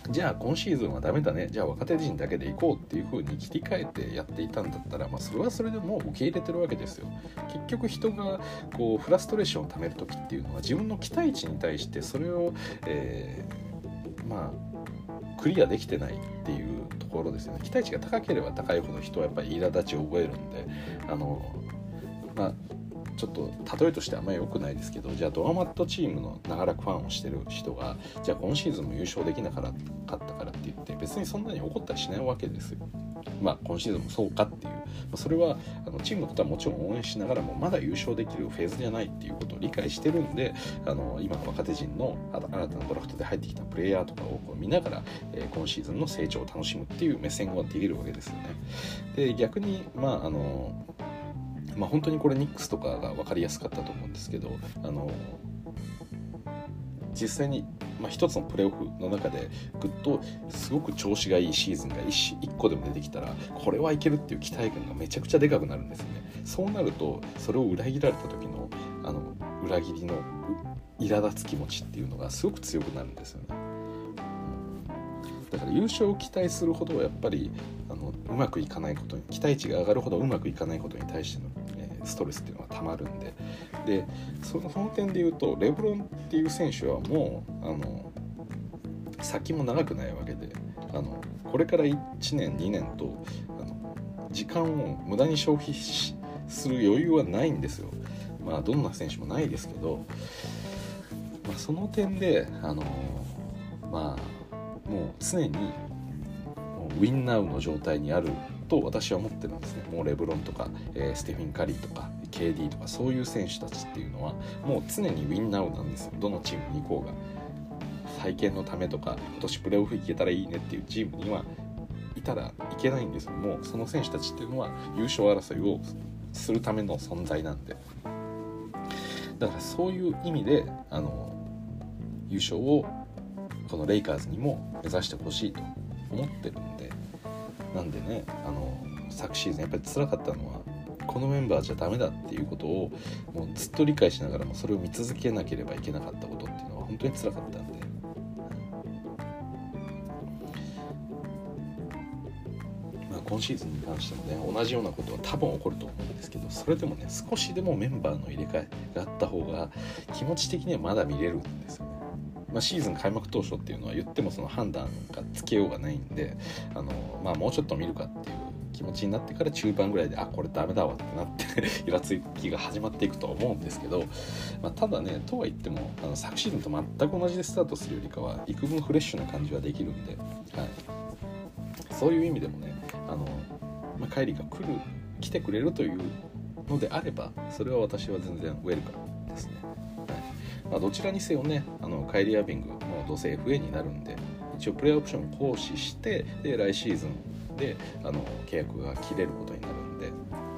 じゃあ今シーズンはダメだね、じゃあ若手陣だけで行こうっていう風に切り替えてやっていたんだったら、まあ、それはそれでもう受け入れてるわけですよ。結局人がこうフラストレーションを溜める時っていうのは自分の期待値に対してそれを、えー、まあクリアできてないっていうところですよね。期待値が高ければ高いほど人はやっぱり苛立ちを覚えるんで、あのまあちょっと例えとしてあんまり良くないですけど、じゃあドアマットチームの長らくファンをしてる人がじゃあ今シーズンも優勝できなかったからって言って別にそんなに怒ったりしないわけですよ。まあ今シーズンもそうかっていう、それはあのチームのことはもちろん応援しながらもまだ優勝できるフェーズじゃないっていうことを理解してるんで、あの今の若手陣の新たなドラフトで入ってきたプレイヤーとかをこう見ながら、えー、今シーズンの成長を楽しむっていう目線ができるわけですよね。で逆にまああのまあ、本当にこれニックスとかが分かりやすかったと思うんですけど、あの実際に、まあ、一つのプレーオフの中でぐっとすごく調子がいいシーズンが 1, 1個でも出てきたらこれはいけるっていう期待感がめちゃくちゃでかくなるんですよね。そうなるとそれを裏切られた時のあの裏切りの苛立つ気持ちっていうのがすごく強くなるんですよね。だから優勝を期待するほどやっぱりあのうまくいかないことに、期待値が上がるほどうまくいかないことに対しての、えー、ストレスっていうのがたまるんで、でその、その点で言うとレブロンっていう選手はもうあの先も長くないわけで、あのこれからいちねんにねんとあの時間を無駄に消費しする余裕はないんですよ。まあどんな選手もないですけど、まあ、その点であのまあもう常にもうウィンナウの状態にあると私は思ってるんですね。もうレブロンとか、えー、ステフィン・カリーとか ケーディー とかそういう選手たちっていうのはもう常にウィンナウなんですよ。どのチームに行こうが再建のためとか今年プレーオフ行けたらいいねっていうチームにはいたらいけないんですよ。もうその選手たちっていうのは優勝争いをするための存在なんで、だからそういう意味であの優勝をこのレイカーズにも目指してほしいと思ってるんで、なんでねあの昨シーズンやっぱり辛かったのはこのメンバーじゃダメだっていうことをもうずっと理解しながらもそれを見続けなければいけなかったことっていうのは本当に辛かったんで、まあ、今シーズンに関してもね同じようなことは多分起こると思うんですけど、それでもね少しでもメンバーの入れ替えがあった方が気持ち的にはまだ見れるんですよね。まあ、シーズン開幕当初っていうのは言ってもその判断がつけようがないんで、あの、まあ、もうちょっと見るかっていう気持ちになってから中盤ぐらいであこれダメだわってなってイラつきが始まっていくとは思うんですけど、まあ、ただねとは言ってもあの昨シーズンと全く同じでスタートするよりかは幾分フレッシュな感じはできるんで、はい、そういう意味でもねあの、まあ、カイリーが来る来てくれるというのであればそれは私は全然ウェルカムですね。まあ、どちらにせよねあのカイリー・アービングもどうせ エフエー になるんで一応プレーオプションを行使してで来シーズンであの契約が切れることになるんで、はい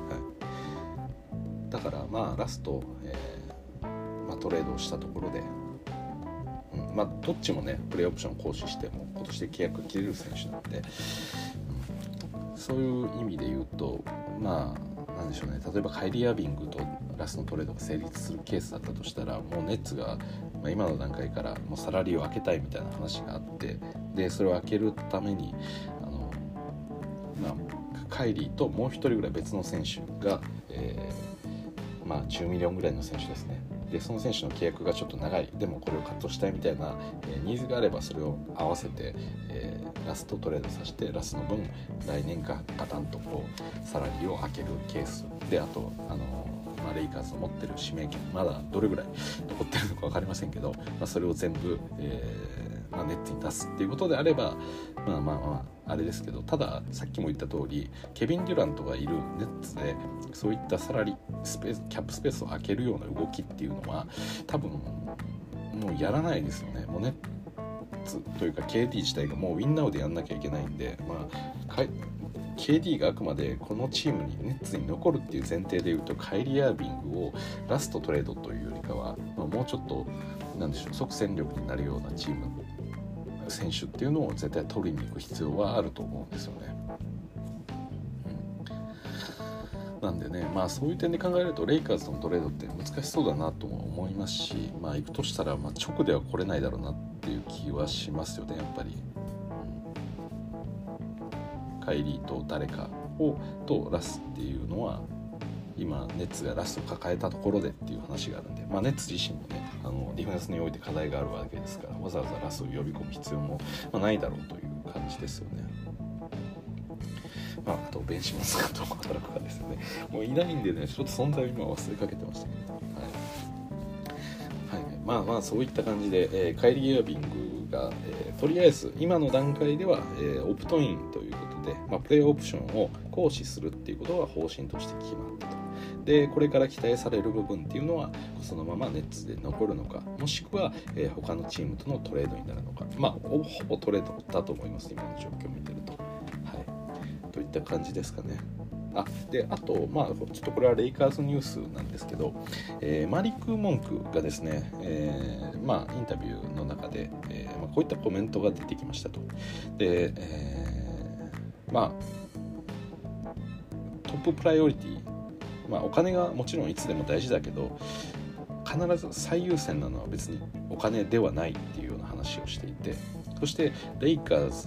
、だからまあラスト、えーまあ、トレードをしたところで、うんまあ、どっちもねプレーオプションを行使しても今年で契約が切れる選手なので、うん、そういう意味で言うとまあなんでしょうね、例えばカイリー・アービングとラスのトレードが成立するケースだったとしたらもうネッツが、まあ、今の段階からもうサラリーを上げたいみたいな話があって、でそれを上げるためにあの、まあ、カイリーともう一人ぐらい別の選手が、えーまあ、じゅうミリオンぐらいの選手ですね。でその選手の契約がちょっと長いでもこれをカットしたいみたいな、えー、ニーズがあればそれを合わせて、えー、ラスとトレードさせてラスの分来年かガタンとこうサラリーを上げるケースで、あとあの、まあ、レイカーズの持ってる指名権まだどれぐらい残ってるのか分かりませんけど、まあ、それを全部、えーまあ、ネッツに出すっていうことであればまあまあまああれですけど、たださっきも言った通りケビン・デュラントがいるネッツでそういったサラリースペースキャップスペースを空けるような動きっていうのは多分もうやらないですよね。もうネッツというか ケーディー 自体がもうウィンナウでやんなきゃいけないんで、まあ、ケーディー があくまでこのチームにネッツに残るっていう前提でいうとカイリー・アービングをラストトレードというよりかは、まあ、もうちょっとなんでしょう即戦力になるようなチーム選手っていうのを絶対取りに行く必要はあると思うんですよね。なんでね、まあそういう点で考えるとレイカーズとのトレードって難しそうだなとも思いますし、まあ行くとしたらまあ直では来れないだろうなっていう気はしますよねやっぱり。 カイリーと誰かをとラスっていうのは今ネッツがラスを抱えたところでっていう話があるんで、まあ、ネッツ自身もねあのディフェンスにおいて課題があるわけですからわざわざラスを呼び込む必要も、まあ、ないだろうという感じですよね。まあ、あとベンシモンズがどう働くかですよね。もういないんでねちょっと存在を今忘れかけてましたけど、はいはい、まあまあそういった感じで、えー、カイリー・イヤビングが、えー、とりあえず今の段階では、えー、オプトインということで、まあ、プレーオプションを行使するっていうことが方針として決まったと。でこれから期待される部分っていうのはそのままネッツで残るのかもしくは、えー、他のチームとのトレードになるのか、まあほぼトレードだと思います今の状況を見てると、はい、といった感じですかね。あであと、まあ、ちょっとこれはレイカーズニュースなんですけど、えー、マリック・モンクがですね、えーまあ、インタビューの中で、えーまあ、こういったコメントが出てきましたと。で、えー、まあトッププライオリティ、まあ、お金がもちろんいつでも大事だけど必ず最優先なのは別にお金ではないっていうような話をしていて、そしてレイカーズ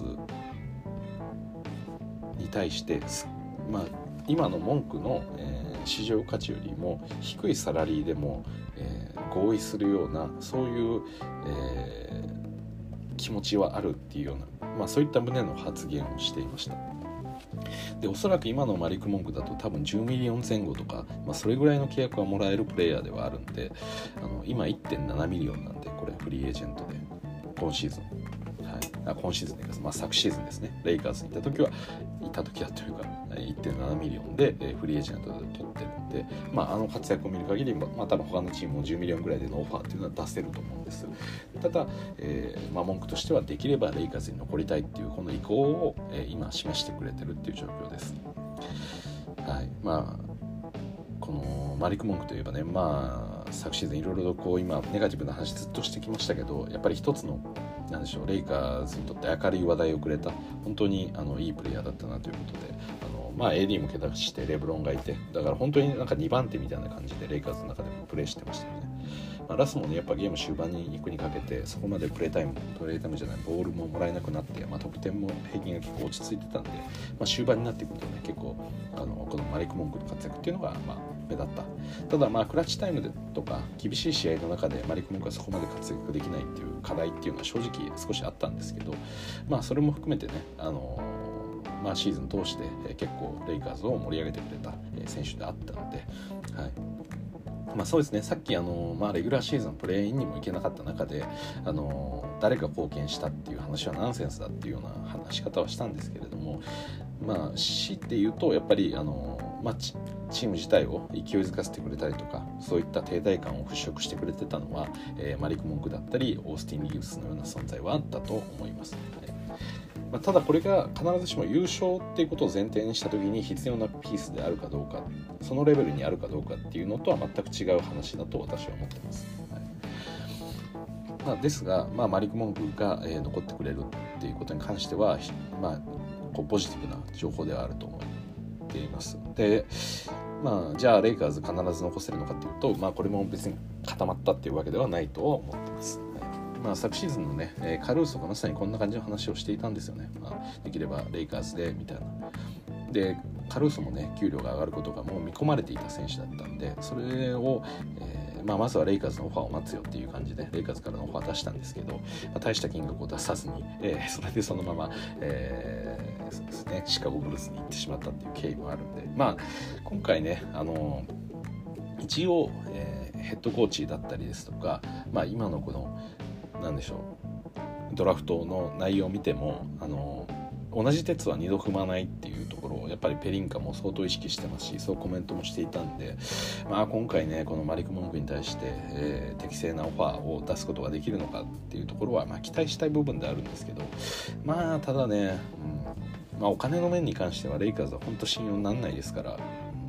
に対して、まあ、今の文句の、えー、市場価値よりも低いサラリーでも、えー、合意するようなそういう、えー、気持ちはあるっていうような、まあ、そういった旨の発言をしていました。でおそらく今のマリック・モンクだと多分じゅうミリオン前後とか、まあ、それぐらいの契約はもらえるプレイヤーではあるんで、あの今 いってんなな ミリオンなんでこれフリーエージェントで今シーズン、はい、あ今シーズンで、まあ、昨シーズンですねレイカーズにいた時はいた時はというか いってんなな ミリオンでフリーエージェントで取ってるんで、まあ、あの活躍を見る限り、まあ、多分他のチームもじゅうミリオンぐらいでのオファーっていうのは出せると思うんです。ただ、えーまあ、文句としてはできればレイカーズに残りたいっていうこの意向を、えー、今示してくれてるっていう状況です。はい、まあこのマリック・モンクといえばね、まあ昨シーズンいろいろとこう今ネガティブな話ずっとしてきましたけど、やっぱり一つのなんでしょうレイカーズにとって明るい話題をくれた本当にあのいいプレイヤーだったなということで、あのまあ エーディー も怪我してレブロンがいて、だから本当になんかにばん手みたいな感じでレイカーズの中でもプレーしてましたよね。まあ、ラスもねやっぱゲーム終盤に行くにかけてそこまでプレータイムプレータイムじゃないボールももらえなくなって、まあ、得点も平均が結構落ち着いてたんで、まあ、終盤になってくるとね結構あのこのマリック・モンクの活躍っていうのがまあ目立った。ただまあクラッチタイムでとか厳しい試合の中でマリック・モンクはそこまで活躍できないっていう課題っていうのは正直少しあったんですけど、まあそれも含めてねあのまあ、シーズン通して結構レイカーズを盛り上げてくれた選手であったので、はいまあ、そうですねさっきあの、まあ、レギュラーシーズンプレーインにも行けなかった中であの誰が貢献したっていう話はナンセンスだっていうような話し方はしたんですけれども、まあ死っていうとやっぱりあの、まあ、チ, チーム自体を勢いづかせてくれたりとかそういった停滞感を払拭してくれてたのは、えー、マリック・モンクだったりオースティン・リーブスのような存在はあったと思います、はいまあ、ただこれが必ずしも優勝っていうことを前提にした時に必要なピースであるかどうかそのレベルにあるかどうかっていうのとは全く違う話だと私は思ってます、はいまあ、ですが、まあ、マリック・モンクが、えー、残ってくれるっていうことに関しては、まあ、こうポジティブな情報ではあると思っています。でまあ、じゃあレイカーズ必ず残せるのかっていうと、まあ、これも別に固まったっていうわけではないとは思ってます。まあ、昨シーズンのね、えー、カルーソがまさにこんな感じの話をしていたんですよね、まあ、できればレイカーズでみたいな。でカルーソもね給料が上がることがもう見込まれていた選手だったんでそれを、えーまあ、まずはレイカーズのオファーを待つよっていう感じでレイカーズからのオファーを出したんですけど、まあ、大した金額を出さずに、えー、それでそのまま、えーそうですね、シカゴブルースに行ってしまったっていう経緯もあるんで、まあ、今回ねあの一応、えー、ヘッドコーチだったりですとか、まあ、今のこのなんでしょうドラフトの内容を見てもあの同じ鉄は二度踏まないっていうところをやっぱりペリンカも相当意識してますしそうコメントもしていたんで、まあ、今回ねこのマリック・モンクに対して、えー、適正なオファーを出すことができるのかっていうところは、まあ、期待したい部分であるんですけどまあただね、うんまあ、お金の面に関してはレイカーズは本当信用にならないですから、うん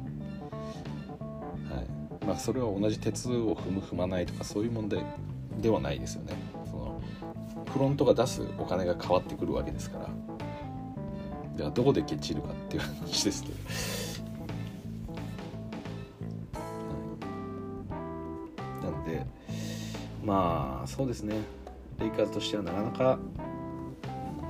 はいまあ、それは同じ鉄を踏む踏まないとかそういう問題ではないですよね。そのフロントが出すお金が変わってくるわけですからではどこでケチるかっていう話ですけど、はい、なんでまあそうですねレイカーズとしてはなかなか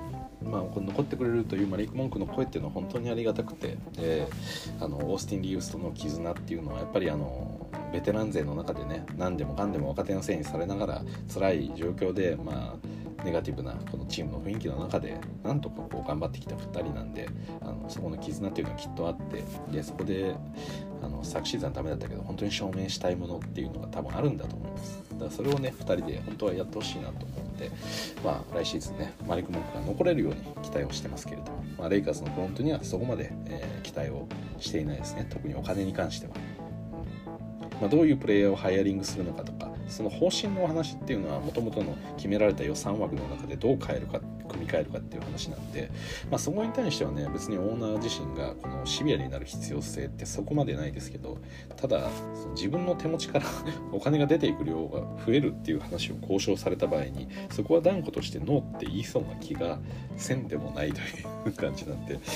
まあ、残ってくれるというマリック・モンクの声っていうのは本当にありがたくて、えー、あのオースティン・リーブスとの絆っていうのはやっぱりあのベテラン勢の中でね、何でもかんでも若手のせいにされながら辛い状況で、まあ、ネガティブなこのチームの雰囲気の中でなんとかこう頑張ってきたふたりなんで、あのそこの絆っていうのはきっとあって、でそこであの昨シーズンはダメだったけど本当に証明したいものっていうのが多分あるんだと思います。だからそれをねふたりで本当はやってほしいなと思って、まあ、来シーズンねマリック・モンクが残れるように期待をしてますけれども、まあ、レイカーズのフロントにはそこまで、えー、期待をしていないですね。特にお金に関しては、まあ、どういうプレイヤーをハイアリングするのかとか、その方針のお話っていうのは元々の決められた予算枠の中でどう変えるか組み替えるかっていう話なんで、まあ、そこに対してはね別にオーナー自身がこのシビアになる必要性ってそこまでないですけど、ただその自分の手持ちからお金が出ていく量が増えるっていう話を交渉された場合にそこは断固としてノーって言いそうな気がせんでもないという感じなんで、はい、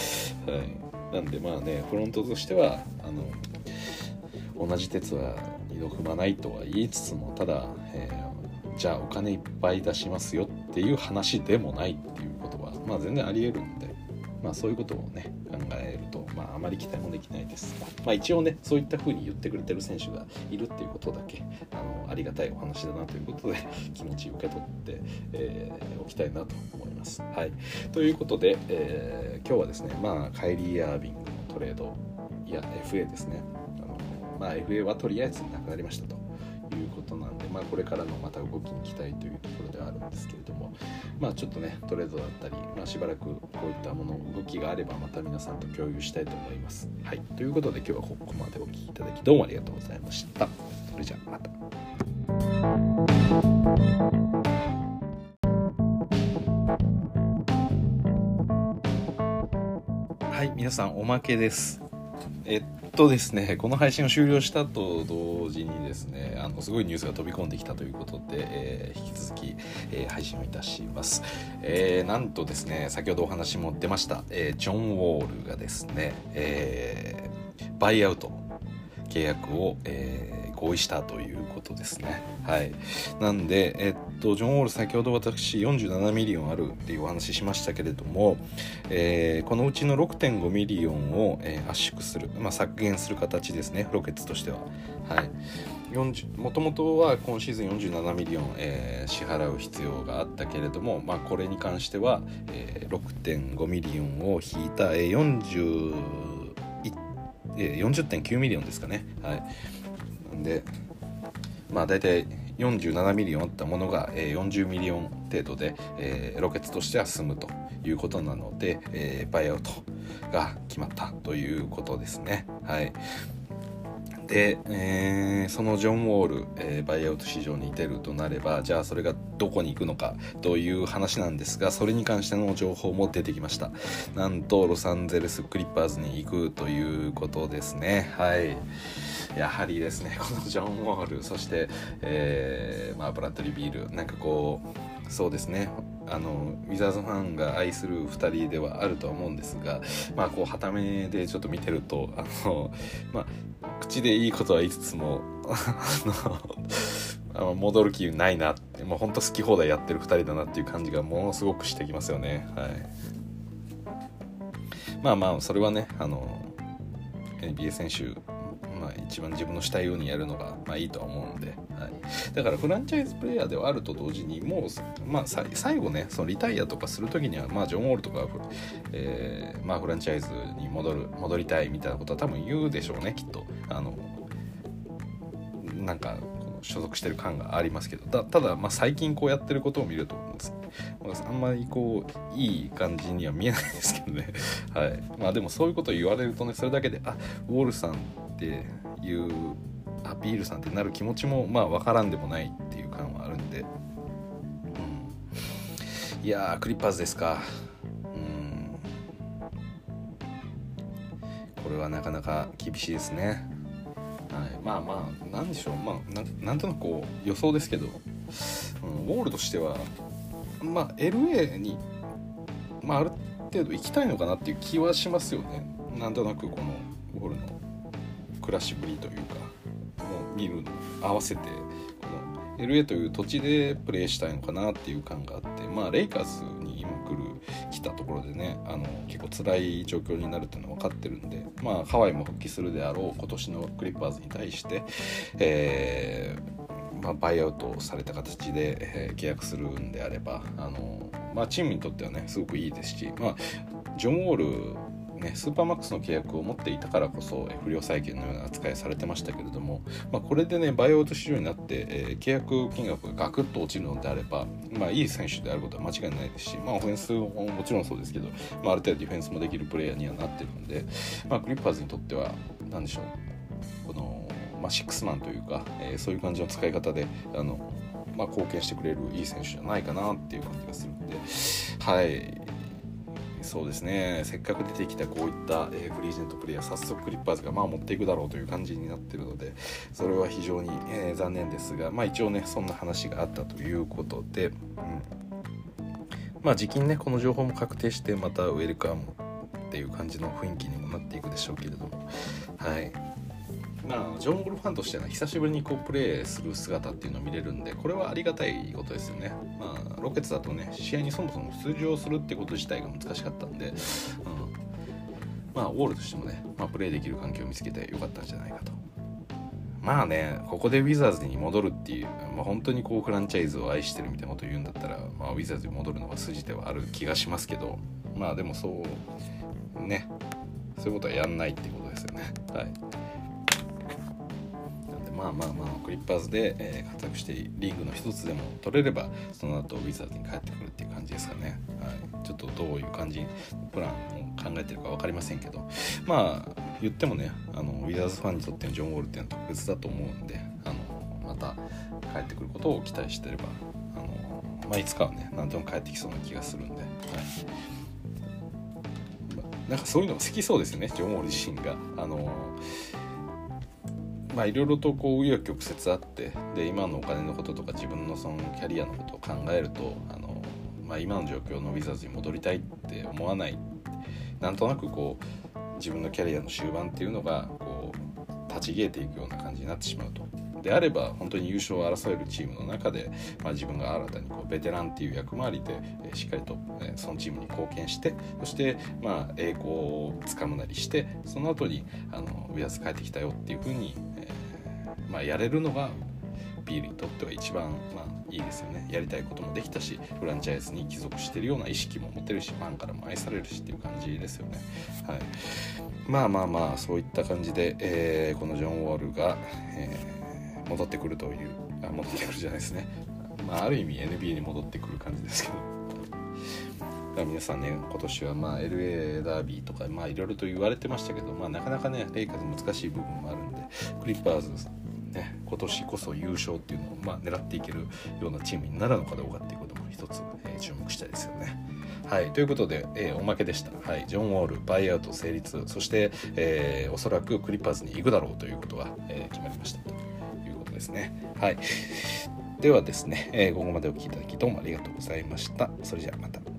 なんでまあねフロントとしてはあの同じ鉄は二度踏まないとは言いつつも、ただ、えー、じゃあお金いっぱい出しますよっていう話でもないっていうことは、まあ、全然あり得るんで、まあ、そういうことをね考えると、まあ、あまり期待もできないですが、まあ、一応ねそういった風に言ってくれてる選手がいるっていうことだけあのありがたいお話だなということで気持ち受け取って、えー、おきたいなと思います。はい、ということで、えー、今日はですね、まあ、カイリー・アービングのトレードいや エフエー ですね、まあ、エフエー はとりあえずなくなりましたということなんで、まあ、これからのまた動きに期待というところではあるんですけれども、まあ、ちょっとねトレードだったり、まあ、しばらくこういったもの動きがあればまた皆さんと共有したいと思います。はい、ということで今日はここまでお聞きいただきどうもありがとうございました。それじゃあまた。はい、皆さんおまけです。えっとですね、この配信を終了したと同時にですね、あのすごいニュースが飛び込んできたということで、えー、引き続き、えー、配信をいたします。えー、なんとですね、先ほどお話も出ました、えー、ジョン・ウォールがですね、えー、バイアウト契約を、えー合意したということですね。はい。なんで、えっと、ジョン・ウォール先ほど私よんじゅうななミリオンあるっていうお話しましたけれども、えー、このうちの ろくてんごミリオンを、えー、圧縮する、まあ、削減する形ですね、ロケッツとしては。はい。もともとは今シーズンよんじゅうななミリオン、えー、支払う必要があったけれども、まあ、これに関しては、えー、ろくてんごミリオンを引いた、えー、よんじゅう、えー、よんじゅってんきゅうミリオンですかね。はい。でまあ大体よんじゅうななミリオンあったものがよんじゅうミリオン程度で、えー、ロケッツとしては済むということなので、えー、バイアウトが決まったということですね。はい。で、えー、そのジョン・ウォール、えー、バイアウト市場に出るとなれば、じゃあそれがどこに行くのかという話なんですが、それに関しての情報も出てきました。なんとロサンゼルスクリッパーズに行くということですね。はい。やはりですね、このジョン・ウォール、そして、えーまあ、ブラッドリー・ビール、なんかこうそうですね、あのウィザーズファンが愛するふたりではあるとは思うんですが、まあこう傍目でちょっと見てると、あの、まあ、口でいいことは言いつつもあの戻る気ないなって、もう本当好き放題やってるふたりだなっていう感じがものすごくしてきますよね。はい。まあまあそれはね、あの エヌビーエー 選手、まあ、一番自分のしたいようにやるのが、まあ、いいとは思うんで、はい、だからフランチャイズプレイヤーではあると同時にもう、まあ、最後ねそのリタイアとかするときには、まあ、ジョン・ウォールとか、えーまあ、フランチャイズに戻る戻りたいみたいなことは多分言うでしょうね、きっと。あのなんか所属してる感がありますけど、た, ただまあ最近こうやってることを見るとあんまりこういい感じには見えないですけどねはい。まあでもそういうことを言われるとね、それだけであウォールさんっていうアピールさんってなる気持ちもまあ分からんでもないっていう感はあるんで、うん、いやークリッパーズですか。うん、これはなかなか厳しいですね。はい、まあまあなんでしょう、まあ な, なんとなくこう予想ですけど、うん、ウォールとしてはまあ エルエー に、まあ、ある程度行きたいのかなっていう気はしますよね。なんとなくこのウォールの暮らしぶりというかもう見るの合わせてこの エルエー という土地でプレーしたいのかなっていう感があって、まあレイカーズに今来る期たところでねあの結構辛い状況になるというのは分かってるんで、まあハワイも復帰するであろう今年のクリッパーズに対して、えーまあ、バイアウトされた形で、えー、契約するんであればあの、まあ、チームにとってはねすごくいいですし、まあ、ジョン・ウォールね、スーパーマックスの契約を持っていたからこそ不良債権のような扱いされてましたけれども、まあ、これでねバイアウト市場になって、えー、契約金額がガクッと落ちるのであれば、まあ、いい選手であることは間違いないですし、まあ、オフェンスももちろんそうですけど、まあ、ある程度ディフェンスもできるプレイヤーにはなってるので、まあ、クリッパーズにとっては何でしょうこの、まあ、シックスマンというか、えー、そういう感じの使い方であの、まあ、貢献してくれるいい選手じゃないかなっていう感じがするので、はいそうですねせっかく出てきたこういった、えー、フリーエージェントプレイヤー早速クリッパーズがまあ持っていくだろうという感じになっているのでそれは非常に、えー、残念ですが、まあ、一応ねそんな話があったということで、うんまあ時期にねこの情報も確定してまたウェルカムっていう感じの雰囲気にもなっていくでしょうけれども、はいまあ、ジョン・ウォールファンとしては久しぶりにこうプレーする姿っていうのを見れるんでこれはありがたいことですよね。まあ、ロケッツだとね試合にそもそも出場するってこと自体が難しかったんで、うん、まあウォールとしてもね、まあ、プレーできる環境を見つけてよかったんじゃないかと。まあねここでウィザーズに戻るっていう、まあ、本当にこうフランチャイズを愛してるみたいなことを言うんだったら、まあ、ウィザーズに戻るのが筋ではある気がしますけどまあでもそうねそういうことはやんないっていうことですよね。はいまあまあまあクリッパーズで、えー、活躍してリーグの一つでも取れればその後ウィザーズに帰ってくるっていう感じですかね、はい、ちょっとどういう感じプランを考えてるか分かりませんけどまあ言ってもねあのウィザーズファンにとってのジョン・ウォールっていうのは特別だと思うんであのまた帰ってくることを期待してればあの、まあ、いつかはね何でも帰ってきそうな気がするんで、はいなんかそういうのが好きそうですよねジョン・ウォール自身があのまあいろいろとこう紆余曲折あってで今のお金のこととか自分のそのキャリアのことを考えるとあの、まあ、今の状況のウィザーズに戻りたいって思わないなんとなくこう自分のキャリアの終盤っていうのがこう立ち消えていくような感じになってしまうとであれば本当に優勝を争えるチームの中で、まあ、自分が新たにこうベテランっていう役回りで、えー、しっかりと、えー、そのチームに貢献してそして、まあ、栄光をつかむなりしてその後にあのウィザーズ帰ってきたよっていう風に、えーまあ、やれるのがビールにとっては一番、まあ、いいですよね。やりたいこともできたしフランチャイズに帰属してるような意識も持てるしファンからも愛されるしっていう感じですよね。はい、まあまあまあそういった感じで、えー、このジョン・ウォールが、えー戻ってくるというあ戻ってくるじゃないですね、まあ、ある意味 エヌビーエー に戻ってくる感じですけどだから皆さんね今年はまあ エルエー ダービーとかまあいろいろと言われてましたけど、まあ、なかなかねレイカーズ難しい部分もあるんでクリッパーズね今年こそ優勝っていうのをまあ狙っていけるようなチームになるのかどうかっていうことも一つ、えー、注目したいですよね。はい、ということで、えー、おまけでした、はい、ジョン・ウォールバイアウト成立そして、えー、おそらくクリッパーズに行くだろうということが、えー、決まりましたですね。はい。ではですね、えー、ここまでお聞きいただきどうもありがとうございました。それじゃあまた。